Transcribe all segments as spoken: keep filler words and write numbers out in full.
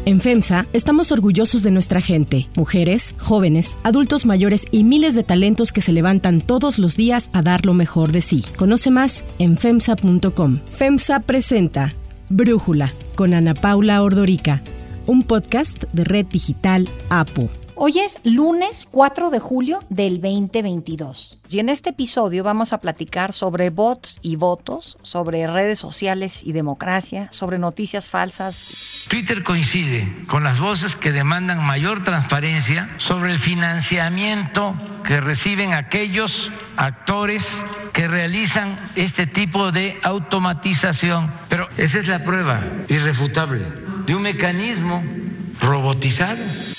En FEMSA estamos orgullosos de nuestra gente, mujeres, jóvenes, adultos mayores y miles de talentos que se levantan todos los días a dar lo mejor de sí. Conoce más en femsa punto com. FEMSA presenta Brújula con Ana Paula Ordorica, un podcast de Red Digital APO. Hoy es lunes cuatro de julio del veinte veintidós y en este episodio vamos a platicar sobre bots y votos, sobre redes sociales y democracia, sobre noticias falsas. Twitter coincide con las voces que demandan mayor transparencia sobre el financiamiento que reciben aquellos actores que realizan este tipo de automatización. Pero esa es la prueba irrefutable de un mecanismo robotizado.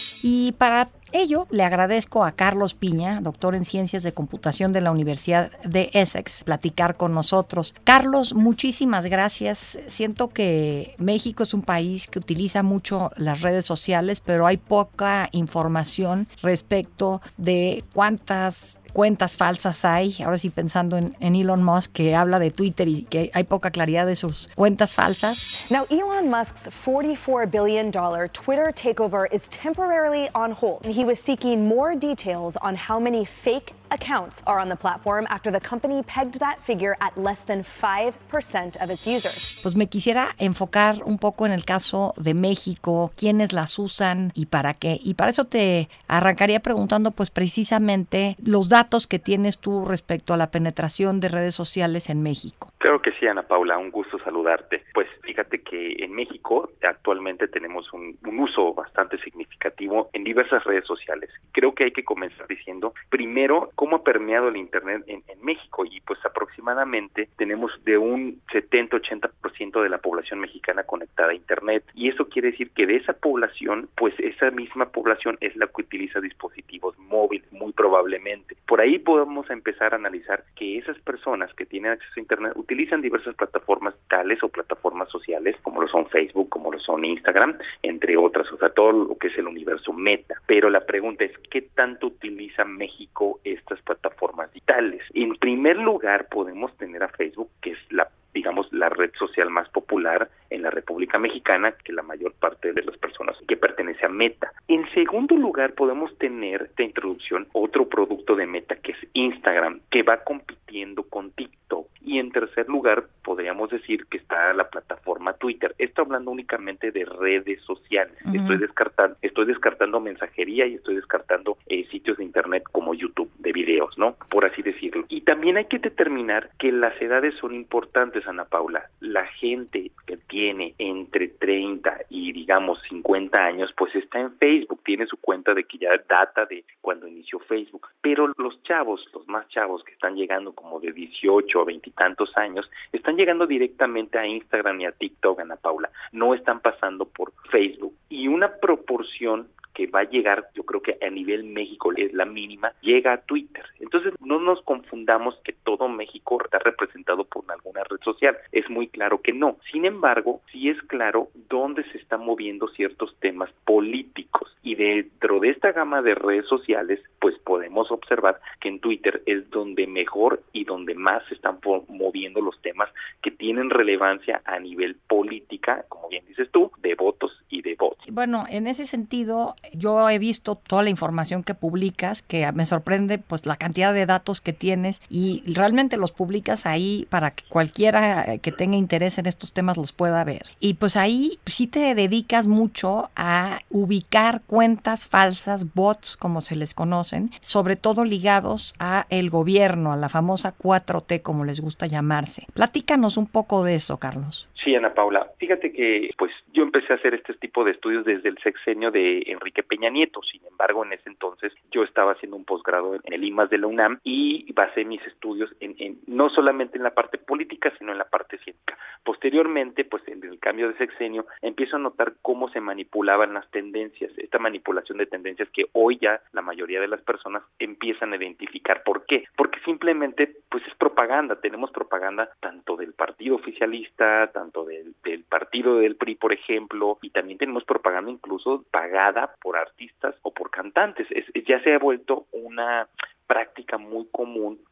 Y para ello le agradezco a Carlos Piña, doctor en Ciencias de Computación de la Universidad de Essex, platicar con nosotros. Carlos, muchísimas gracias. Siento que México es un país que utiliza mucho las redes sociales, pero hay poca información respecto de cuántas cuentas falsas hay. Ahora sí, pensando en, en Elon Musk, que habla de Twitter y que hay poca claridad de sus cuentas falsas. Now, Elon Musk's forty-four billion dollars Twitter takeover is temporarily on hold. He was seeking more details on how many fake accounts are on the platform after the company pegged that figure at less than five percent of its users. Pues me quisiera enfocar un poco en el caso de México, quiénes las usan y para qué. Y para eso te arrancaría preguntando pues precisamente los datos que tienes tú respecto a la penetración de redes sociales en México. Claro que sí, Ana Paula, un gusto saludarte. Pues fíjate que en México actualmente tenemos un, un uso bastante significativo en diversas redes sociales. Creo que hay que comenzar diciendo, primero, cómo ha permeado el Internet en, en México, y pues aproximadamente tenemos de un setenta a ochenta por ciento de la población mexicana conectada a Internet, y eso quiere decir que de esa población, pues esa misma población es la que utiliza dispositivos móviles, muy probablemente. Por ahí podemos empezar a analizar que esas personas que tienen acceso a Internet utilizan diversas plataformas tales o plataformas sociales, como lo son Facebook, como lo son Instagram, entre otras, o sea, todo lo que es el universo Meta. Pero la pregunta es, ¿qué tanto utiliza México estas plataformas digitales? En primer lugar, podemos tener a Facebook, que es la digamos, la red social más popular en la República Mexicana, que la mayor parte de las personas que pertenece a Meta. En segundo lugar, podemos tener de introducción otro producto de Meta, que es Instagram, que va compitiendo con TikTok. Y en tercer lugar, podríamos decir que está la plataforma Twitter. Esto hablando únicamente de redes sociales. Uh-huh. Estoy descartando, estoy descartando mensajería y estoy descartando eh, sitios de Internet como YouTube, de videos, ¿no? Por así decirlo. Y también hay que determinar que las edades son importantes, Ana Paula. La gente que tiene entre treinta y digamos cincuenta años, pues está en Facebook, tiene su cuenta de que ya data de cuando inició Facebook. Pero los chavos, los más chavos que están llegando como de dieciocho a veinte tantos años, están llegando directamente a Instagram y a TikTok, Ana Paula. No están pasando por Facebook. Y una proporción que va a llegar, yo creo que a nivel México es la mínima, llega a Twitter. Entonces no nos confundamos que todo México está representado por alguna red social. Es muy claro que no. Sin embargo, sí es claro dónde se están moviendo ciertos temas políticos. Y dentro de esta gama de redes sociales, pues podemos observar que en Twitter es donde mejor y donde más se están moviendo los temas que tienen relevancia a nivel política, como bien dices tú, de votos y de votos. Bueno, en ese sentido, yo he visto toda la información que publicas, que me sorprende pues la cantidad de datos que tienes y realmente los publicas ahí para que cualquiera que tenga interés en estos temas los pueda ver. Y pues ahí sí te dedicas mucho a ubicar cuentas falsas, bots como se les conocen, sobre todo ligados a el gobierno, a la famosa cuatro T como les gusta llamarse. Platícanos un poco de eso, Carlos. Sí, Ana Paula, fíjate que pues yo empecé a hacer este tipo de estudios desde el sexenio de Enrique Peña Nieto. Sin embargo, en ese entonces yo estaba haciendo un posgrado en el I M A S de la UNAM y basé mis estudios en, en no solamente en la parte política, sino en la parte científica. Posteriormente, pues en el cambio de sexenio, empiezo a notar cómo se manipulaban las tendencias, esta manipulación de tendencias que hoy ya la mayoría de las personas empiezan a identificar. ¿Por qué? Porque simplemente pues es propaganda. Tenemos propaganda tanto del partido oficialista, tanto del, del partido del P R I, por ejemplo, y también tenemos propaganda incluso pagada por artistas o por cantantes. Es, ya se ha vuelto una práctica muy común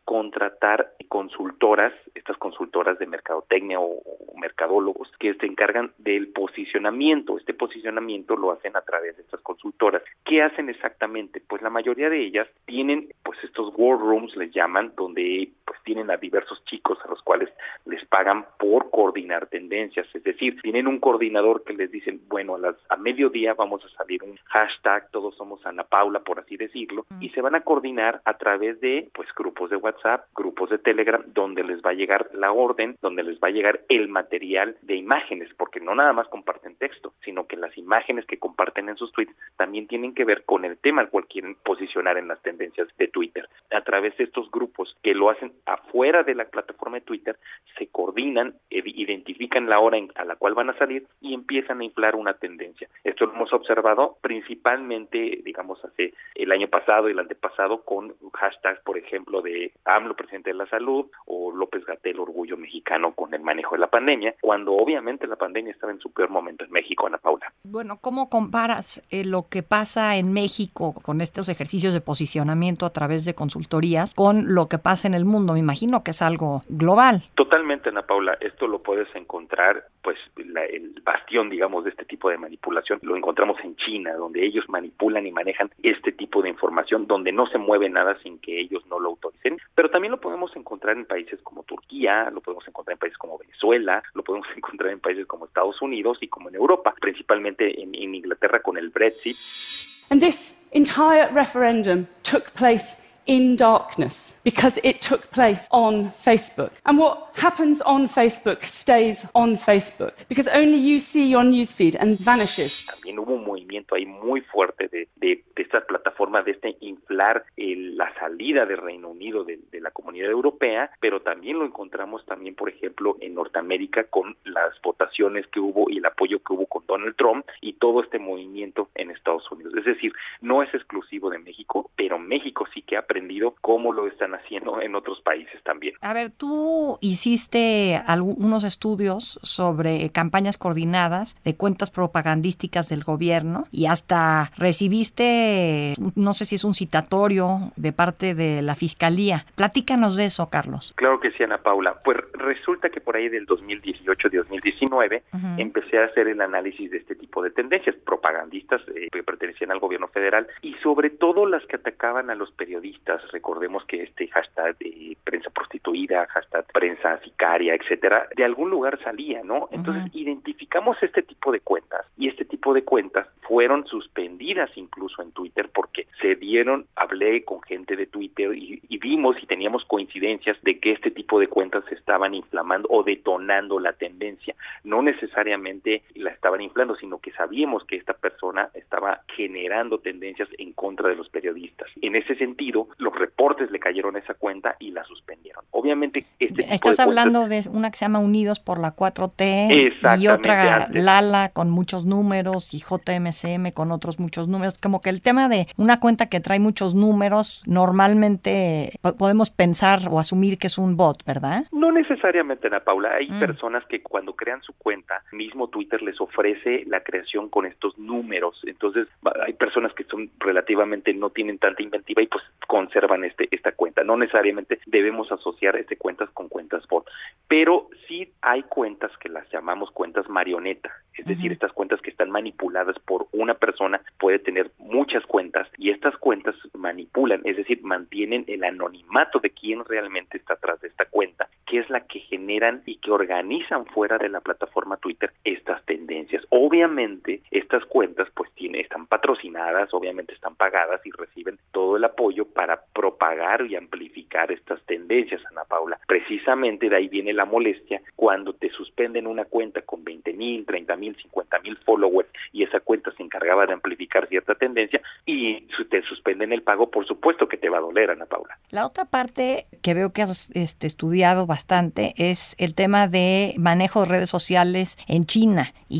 contratar consultoras, estas consultoras de mercadotecnia o, o mercadólogos que se encargan del posicionamiento. Este posicionamiento lo hacen a través de estas consultoras. ¿Qué hacen exactamente? Pues la mayoría de ellas tienen pues estos war rooms, les llaman, donde pues tienen a diversos chicos a los cuales les pagan por coordinar tendencias, es decir, tienen un coordinador que les dicen, bueno, a las a mediodía vamos a salir un hashtag, todos somos Ana Paula, por así decirlo, mm. y se van a coordinar a través de pues grupos de WhatsApp, grupos de Telegram, donde les va a llegar la orden, donde les va a llegar el material de imágenes, porque no nada más comparten texto, sino que las imágenes que comparten en sus tweets también tienen que ver con el tema al cual quieren posicionar en las tendencias de Twitter. A través de estos grupos que lo hacen afuera de la plataforma de Twitter, se coordinan, identifican la hora en, a la cual van a salir y empiezan a inflar una tendencia. Esto lo hemos observado principalmente, digamos, hace el año pasado y el antepasado con hashtags, por ejemplo, de AMLO, presidente de la salud, o López-Gatell, orgullo mexicano con el manejo de la pandemia, cuando obviamente la pandemia estaba en su peor momento en México, Ana Paula. Bueno, ¿cómo comparas eh, lo que pasa en México con estos ejercicios de posicionamiento a través de consultorías con lo que pasa en el mundo? Me imagino que es algo global. Totalmente, Ana Paula. Esto lo puedes encontrar, pues, la, el bastión, digamos, de este tipo de manipulación. Lo encontramos en China, donde ellos manipulan y manejan este tipo de información, donde no se mueve nada sin que ellos no lo autoricen. Pero también lo podemos encontrar en países como Turquía, lo podemos encontrar en países como Venezuela, lo podemos encontrar en países como Estados Unidos y como en Europa, principalmente en, en Inglaterra con el Brexit. And this entire referendum took place in darkness because it took place on Facebook. And what happens on Facebook stays on Facebook because only you see your newsfeed and vanishes. También hubo un movimiento ahí muy fuerte de, de, de esta plataforma, de este inflar el, la salida del Reino Unido de, de la Comunidad Europea, pero también lo encontramos también, por ejemplo, en Norteamérica con las votaciones que hubo y el apoyo que hubo con Donald Trump y todo este movimiento en Estados Unidos. Es decir, no es exclusivo de México, pero México sí que ha aprendido cómo lo están haciendo en otros países también. A ver, tú hiciste algunos estudios sobre campañas coordinadas de cuentas propagandísticas del gobierno y hasta recibiste, no sé si es un citatorio de parte de la Fiscalía. Platícanos de eso, Carlos. Claro que sí, Ana Paula. Pues resulta que por ahí del dos mil dieciocho, dos mil diecinueve, uh-huh. empecé a hacer el análisis de este tipo de tendencias propagandistas eh, que pertenecían al gobierno federal y sobre todo las que atacaban a los periodistas. Recordemos que este hashtag de prensa prostituida, hashtag prensa sicaria, etcétera, de algún lugar salía, ¿no? Entonces uh-huh. identificamos este tipo de cuentas y este tipo de cuentas fueron suspendidas incluso en Twitter porque se dieron, hablé con gente de Twitter y, y vimos y teníamos coincidencias de que este tipo de cuentas se estaban inflamando o detonando la tendencia. No necesariamente la estaban inflando, sino que sabíamos que esta persona estaba generando tendencias en contra de los periodistas. En ese sentido, los reportes le cayeron a esa cuenta y la suspendieron. Obviamente, este tipo Estás de hablando cuentas, de una que se llama Unidos por la cuatro T y otra antes. Lala con muchos números y J M C M con otros muchos números. Como que el tema de una cuenta que trae muchos números, normalmente podemos pensar o asumir que es un bot, ¿verdad? No necesariamente, Ana Paula. Hay mm. personas que cuando crean su cuenta, mismo Twitter les ofrece la creación con estos números. Entonces, hay personas que son relativamente, no tienen tanta inventiva y pues conservan este esta cuenta. No necesariamente debemos asociar este cuentas con cuentas bot, pero sí hay cuentas que las llamamos cuentas marioneta, es decir, uh-huh. estas cuentas que están manipuladas por una persona, puede tener muchas cuentas y estas cuentas manipulan, es decir, mantienen el anonimato de quién realmente está atrás de esta cuenta, que es la que generan y que organizan fuera de la plataforma Twitter estas tendencias. Obviamente, estas cuentas pues tienen, están patrocinadas, obviamente están pagadas y reciben todo el apoyo para propagar y amplificar estas tendencias, Ana Paula. Precisamente de ahí viene la molestia cuando te suspenden una cuenta con veinte mil, treinta mil, cincuenta mil followers y esa cuenta se encargaba de amplificar cierta tendencia y te suspenden el pago, por supuesto que te va a doler, Ana Paula. La otra parte que veo que has este, estudiado bastante es el tema de manejo de redes sociales en China y cómo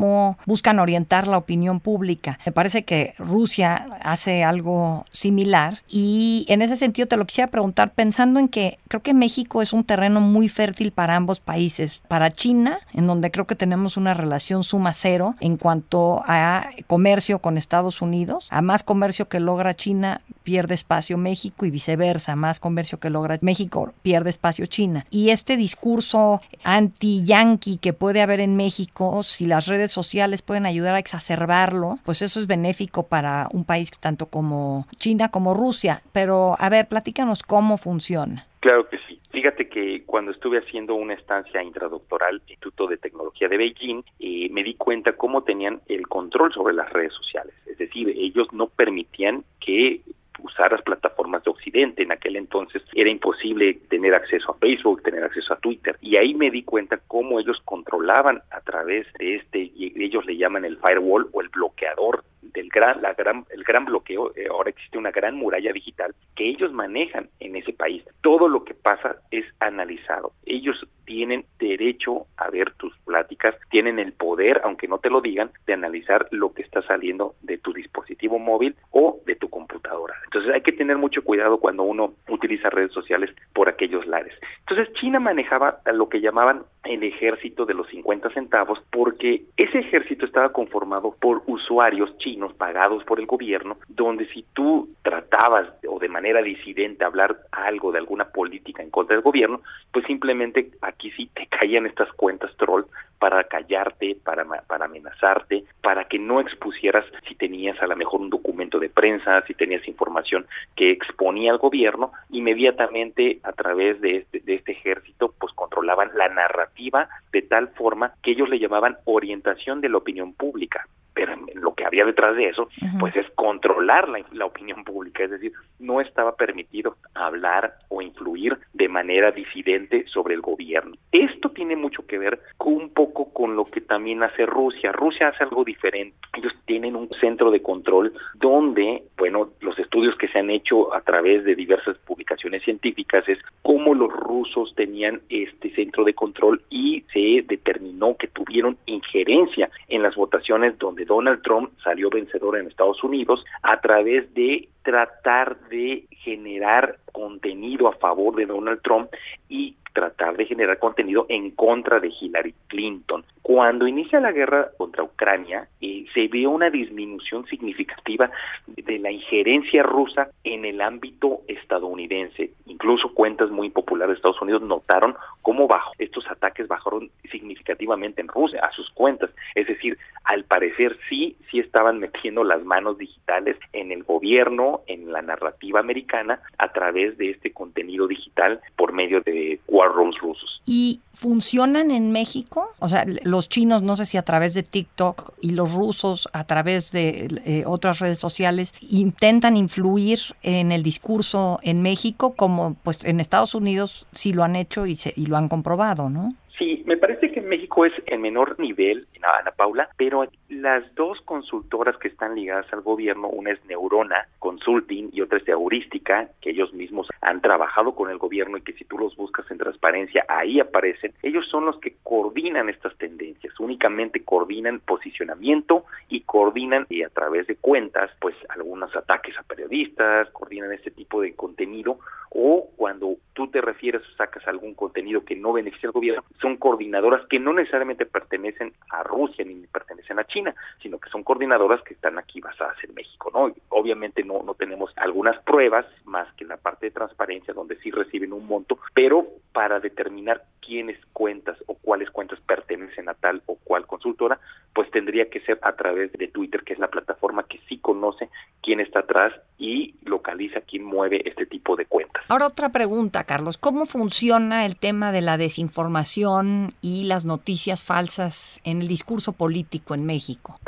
cómo buscan orientar la opinión pública. Me parece que Rusia hace algo similar y en ese sentido te lo quisiera preguntar pensando en que creo que México es un terreno muy fértil para ambos países. Para China, en donde creo que tenemos una relación suma cero en cuanto a comercio con Estados Unidos. A más comercio que logra China, pierde espacio México y viceversa. Más comercio que logra México, pierde espacio China. Y este discurso anti-yanqui que puede haber en México, si las redes sociales pueden ayudar a exacerbarlo, pues eso es benéfico para un país tanto como China como Rusia. Pero, a ver, platícanos cómo funciona. Claro que sí. Fíjate que cuando estuve haciendo una estancia intradoctoral en el Instituto de Tecnología de Beijing, eh, me di cuenta cómo tenían el control sobre las redes sociales. Es decir, ellos no permitían que usaras plataformas de Occidente. En aquel entonces era imposible tener acceso a Facebook, tener acceso a Twitter. Y ahí me di cuenta cómo ellos controlaban a través de este, y ellos le llaman el firewall o el bloqueador del gran, la gran, el gran bloqueo. Eh, ahora existe una gran muralla digital que ellos manejan en ese país. Todo lo que pasa es analizado. Ellos tienen derecho a ver tus pláticas, tienen el poder, aunque no te lo digan, de analizar lo que está saliendo de tu dispositivo móvil o de tu computadora. Entonces hay que tener mucho cuidado cuando uno utiliza redes sociales por aquellos lares. Entonces China manejaba lo que llamaban el ejército de los cincuenta centavos, porque ese ejército estaba conformado por usuarios chinos pagados por el gobierno, donde si tú tratabas o de manera disidente hablar algo de alguna política en contra del gobierno, pues simplemente aquí sí te caían estas cuentas troll para callarte, para, para amenazarte, para que no expusieras si tenías a lo mejor un documento de prensa, si tenías información que exponía al gobierno. Inmediatamente a través de este, de este ejército pues controlaban la narrativa de tal forma que ellos le llamaban orientación de la opinión pública. Pero lo que había detrás de eso, uh-huh. pues es controlar la, la opinión pública, es decir, no estaba permitido hablar o influir de manera disidente sobre el gobierno. Esto tiene mucho que ver con un poco con lo que también hace Rusia. Rusia hace algo diferente. Ellos tienen un centro de control donde, bueno, los estudios que se han hecho a través de diversas publicaciones científicas es cómo los rusos tenían este centro de control y se determinó que tuvieron injerencia en las votaciones donde Donald Trump salió vencedor en Estados Unidos a través de tratar de generar contenido a favor de Donald Trump y tratar de generar contenido en contra de Hillary Clinton. Cuando inicia la guerra contra Ucrania, eh, se ve una disminución significativa de la injerencia rusa en el ámbito estadounidense. Incluso cuentas muy populares de Estados Unidos notaron cómo bajó, estos ataques bajaron significativamente en Rusia, a sus cuentas. Es decir, al parecer sí, sí estaban metiendo las manos digitales en el gobierno, en la narrativa americana, a través de este contenido digital por medio de war rooms rusos. ¿Y funcionan en México? O sea, los chinos, no sé si a través de TikTok, y los rusos a través de eh, otras redes sociales, intentan influir en el discurso en México, como pues en Estados Unidos sí lo han hecho y, se, y lo han comprobado, ¿no? Sí, me parece que en México es en menor nivel, Ana Paula, pero las dos consultoras que están ligadas al gobierno, una es Neurona Consulting y otra es de Heurística, que ellos mismos han trabajado con el gobierno y que si tú los buscas en transparencia, ahí aparecen. Ellos son los que coordinan estas tendencias, únicamente coordinan posicionamiento y coordinan y a través de cuentas, pues algunos ataques a periodistas, coordinan este tipo de contenido, o cuando tú te refieres o sacas algún contenido que no beneficia al gobierno, son coordinadoras que no necesariamente pertenecen a Rusia ni pertenecen a China, sino que son coordinadoras que están aquí basadas en México, ¿no? Obviamente no, no tenemos algunas pruebas más que en la parte de transparencia donde sí reciben un monto, pero para determinar quiénes cuentas o cuáles cuentas pertenecen a tal o cual consultora, pues tendría que ser a través de Twitter, que es la plataforma que sí conoce quién está atrás y localiza quién mueve este tipo de cuentas. Ahora otra pregunta, Carlos, ¿cómo funciona el tema de la desinformación y las noticias falsas en el discurso político en México? Claro,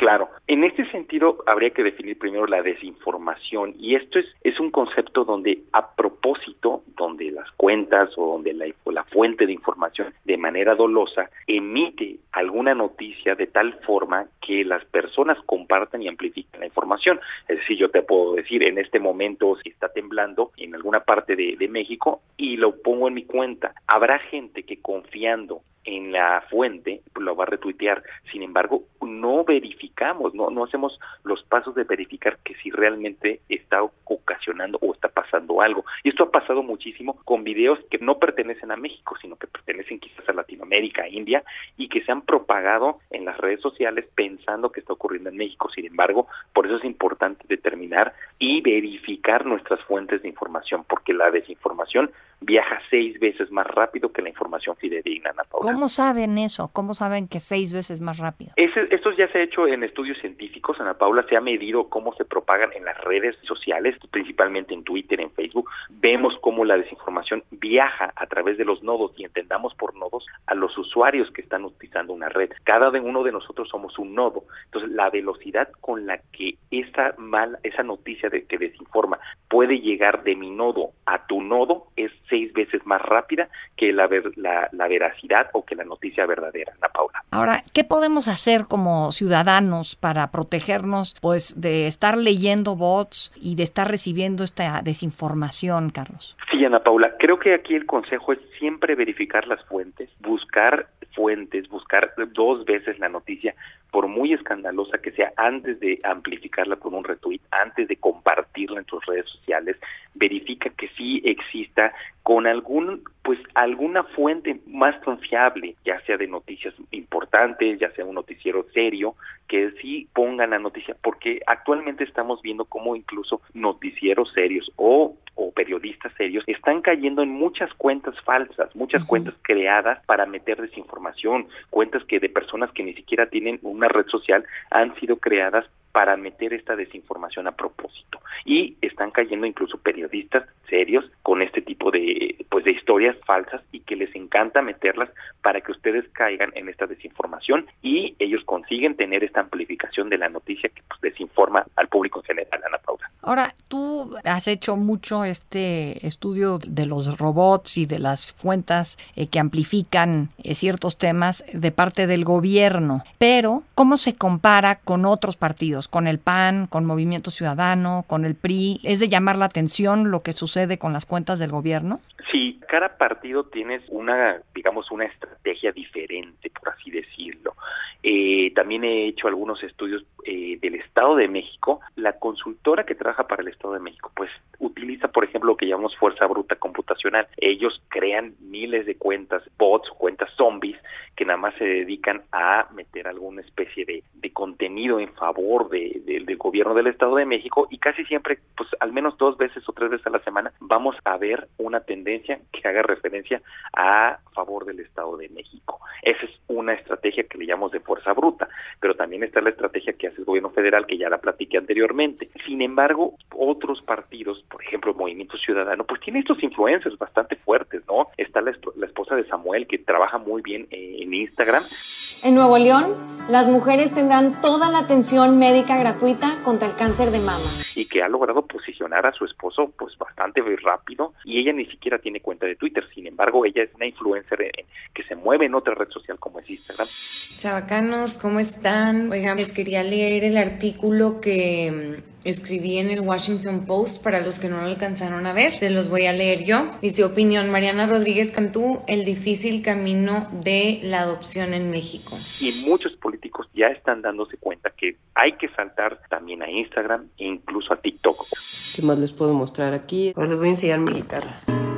En este sentido, habría que definir primero la desinformación, y esto es, es un concepto donde a propósito, donde las cuentas o donde la, la fuente de información de manera dolosa emite alguna noticia de tal forma que las personas compartan y amplifican la información. Es decir, yo te puedo decir, en este momento si está temblando en alguna parte de, de México y lo pongo en mi cuenta, habrá gente que confiando en la fuente lo va a retuitear. Sin embargo, no verificamos, no no hacemos los pasos de verificar que si realmente está ocasionando o está pasando algo. Y esto ha pasado muchísimo con videos que no pertenecen a México, sino que pertenecen quizás a Latinoamérica, a India, y que se han propagado en las redes sociales pensando que está ocurriendo en México. Sin embargo, por eso es importante determinar y verificar nuestras fuentes de información, porque la desinformación viaja seis veces más rápido que la información fidedigna, Ana Paula. ¿Cómo saben eso? ¿Cómo saben que seis veces más rápido? Ese, esto ya se ha hecho en estudios científicos, Ana Paula, se ha medido cómo se propagan en las redes sociales, principalmente en Twitter, en Facebook. Vemos cómo la desinformación viaja a través de los nodos, y entendamos por nodos a los usuarios que están utilizando una red. Cada uno de nosotros somos un nodo. Entonces, la velocidad con la que esa mal, esa noticia de que desinforma puede llegar de mi nodo a tu nodo es seis veces más rápida que la, ver, la, la veracidad o que la noticia verdadera, Ana Paula. Ahora, ¿qué podemos hacer como ciudadanos para protegernos, pues, de estar leyendo bots y de estar recibiendo esta desinformación, Carlos? Sí, Ana Paula, creo que aquí el consejo es siempre verificar las fuentes, buscar fuentes, buscar dos veces la noticia, por muy escandalosa que sea, antes de amplificarla con un retweet, antes de compartirla en tus redes sociales. Verifica que sí exista con algún, pues alguna fuente más confiable, ya sea de noticias importantes, ya sea un noticiero serio, que sí pongan la noticia, porque actualmente estamos viendo cómo incluso noticieros serios o, o periodistas serios están cayendo en muchas cuentas falsas, muchas uh-huh. cuentas creadas para meter desinformación, cuentas que de personas que ni siquiera tienen una red social han sido creadas para meter esta desinformación a propósito, y están cayendo incluso periodistas serios con este tipo de pues de historias falsas, y que les encanta meterlas para que ustedes caigan en esta desinformación, y ellos consiguen tener esta amplificación de la noticia que pues desinforma al público en general, Ana Paula. Ahora, tú has hecho mucho este estudio de los robots y de las cuentas eh, que amplifican eh, ciertos temas de parte del gobierno, pero ¿cómo se compara con otros partidos? Con el P A N, con Movimiento Ciudadano, con el P R I. ¿Es de llamar la atención lo que sucede con las cuentas del gobierno? Sí, cada partido tiene una, digamos, una estrategia diferente, por así decirlo. Eh, también he hecho algunos estudios eh, del Estado de México. La consultora que trabaja para el Estado de México, pues utiliza, por ejemplo, lo que llamamos fuerza bruta computacional. Ellos crean miles de cuentas bots, cuentas zombies, que nada más se dedican a meter alguna especie de, de contenido en favor de, de, del gobierno del Estado de México, y casi siempre, pues al menos dos veces o tres veces a la semana, vamos a ver una tendencia que haga referencia a favor del Estado de México. Esa es una estrategia que le llamamos de fuerza bruta, pero también está la estrategia que hace el gobierno federal, que ya la platiqué anteriormente. Sin embargo, otros partidos, por ejemplo, Movimiento Ciudadano, pues tiene estos influencers bastante fuertes, ¿no? Está la, la esposa de Samuel, que trabaja muy bien eh, en Instagram. En Nuevo León, las mujeres tendrán toda la atención médica gratuita contra el cáncer de mama. Y que ha logrado posicionar a su esposo pues bastante rápido, y ella ni siquiera tiene cuenta de Twitter. Sin embargo, ella es una influencer en, que se mueve en otra red social como es Instagram. Chavacanos, ¿cómo están? Oigan, les quería leer el artículo que escribí en el Washington Post para los que no lo alcanzaron a ver. Se los voy a leer yo. Dice: opinión, Mariana Rodríguez Cantú, el difícil camino de la adopción en México. Y muchos políticos ya están dándose cuenta que hay que saltar también a Instagram e incluso a TikTok. ¿Qué más les puedo mostrar aquí? Ahora les voy a enseñar mi guitarra.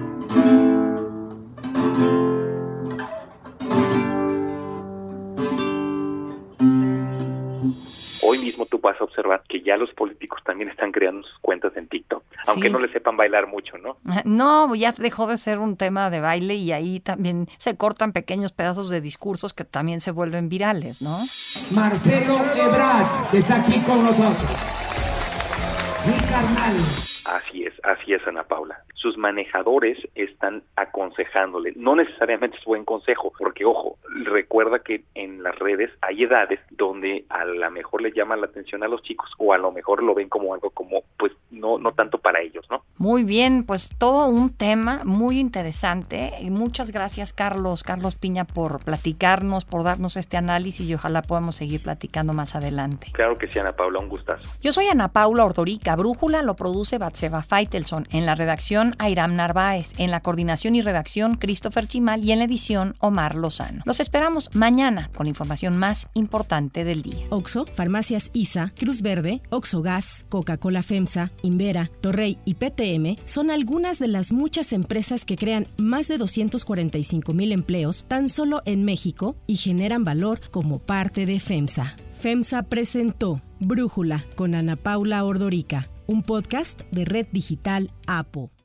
Hoy mismo tú vas a observar que ya los políticos también están creando sus cuentas en TikTok, aunque sí. no le sepan bailar mucho, ¿no? No, ya dejó de ser un tema de baile, y ahí también se cortan pequeños pedazos de discursos que también se vuelven virales, ¿no? Marcelo Ebrard está aquí con nosotros. Mi carnal. Así es, así es, Ana Paula. sus manejadores están aconsejándole. No necesariamente es buen consejo, porque ojo, recuerda que en las redes hay edades donde a lo mejor le llama la atención a los chicos o a lo mejor lo ven como algo como, pues, no, no tanto para ellos, ¿no? Muy bien, pues todo un tema muy interesante y muchas gracias, Carlos, Carlos Piña, por platicarnos, por darnos este análisis y ojalá podamos seguir platicando más adelante. Claro que sí, Ana Paula, un gustazo. Yo soy Ana Paula Ordorica. Brújula lo produce Batseba Feitelson, en la redacción Airam Narváez, en la coordinación y redacción Christopher Chimal y en la edición Omar Lozano. Los esperamos mañana con la información más importante del día. Oxxo, Farmacias I S A, Cruz Verde, Oxxo Gas, Coca-Cola FEMSA, Invera, Torrey y P T M son algunas de las muchas empresas que crean más de doscientos cuarenta y cinco mil empleos tan solo en México y generan valor como parte de FEMSA. FEMSA presentó Brújula con Ana Paula Ordorica, un podcast de Red Digital APO.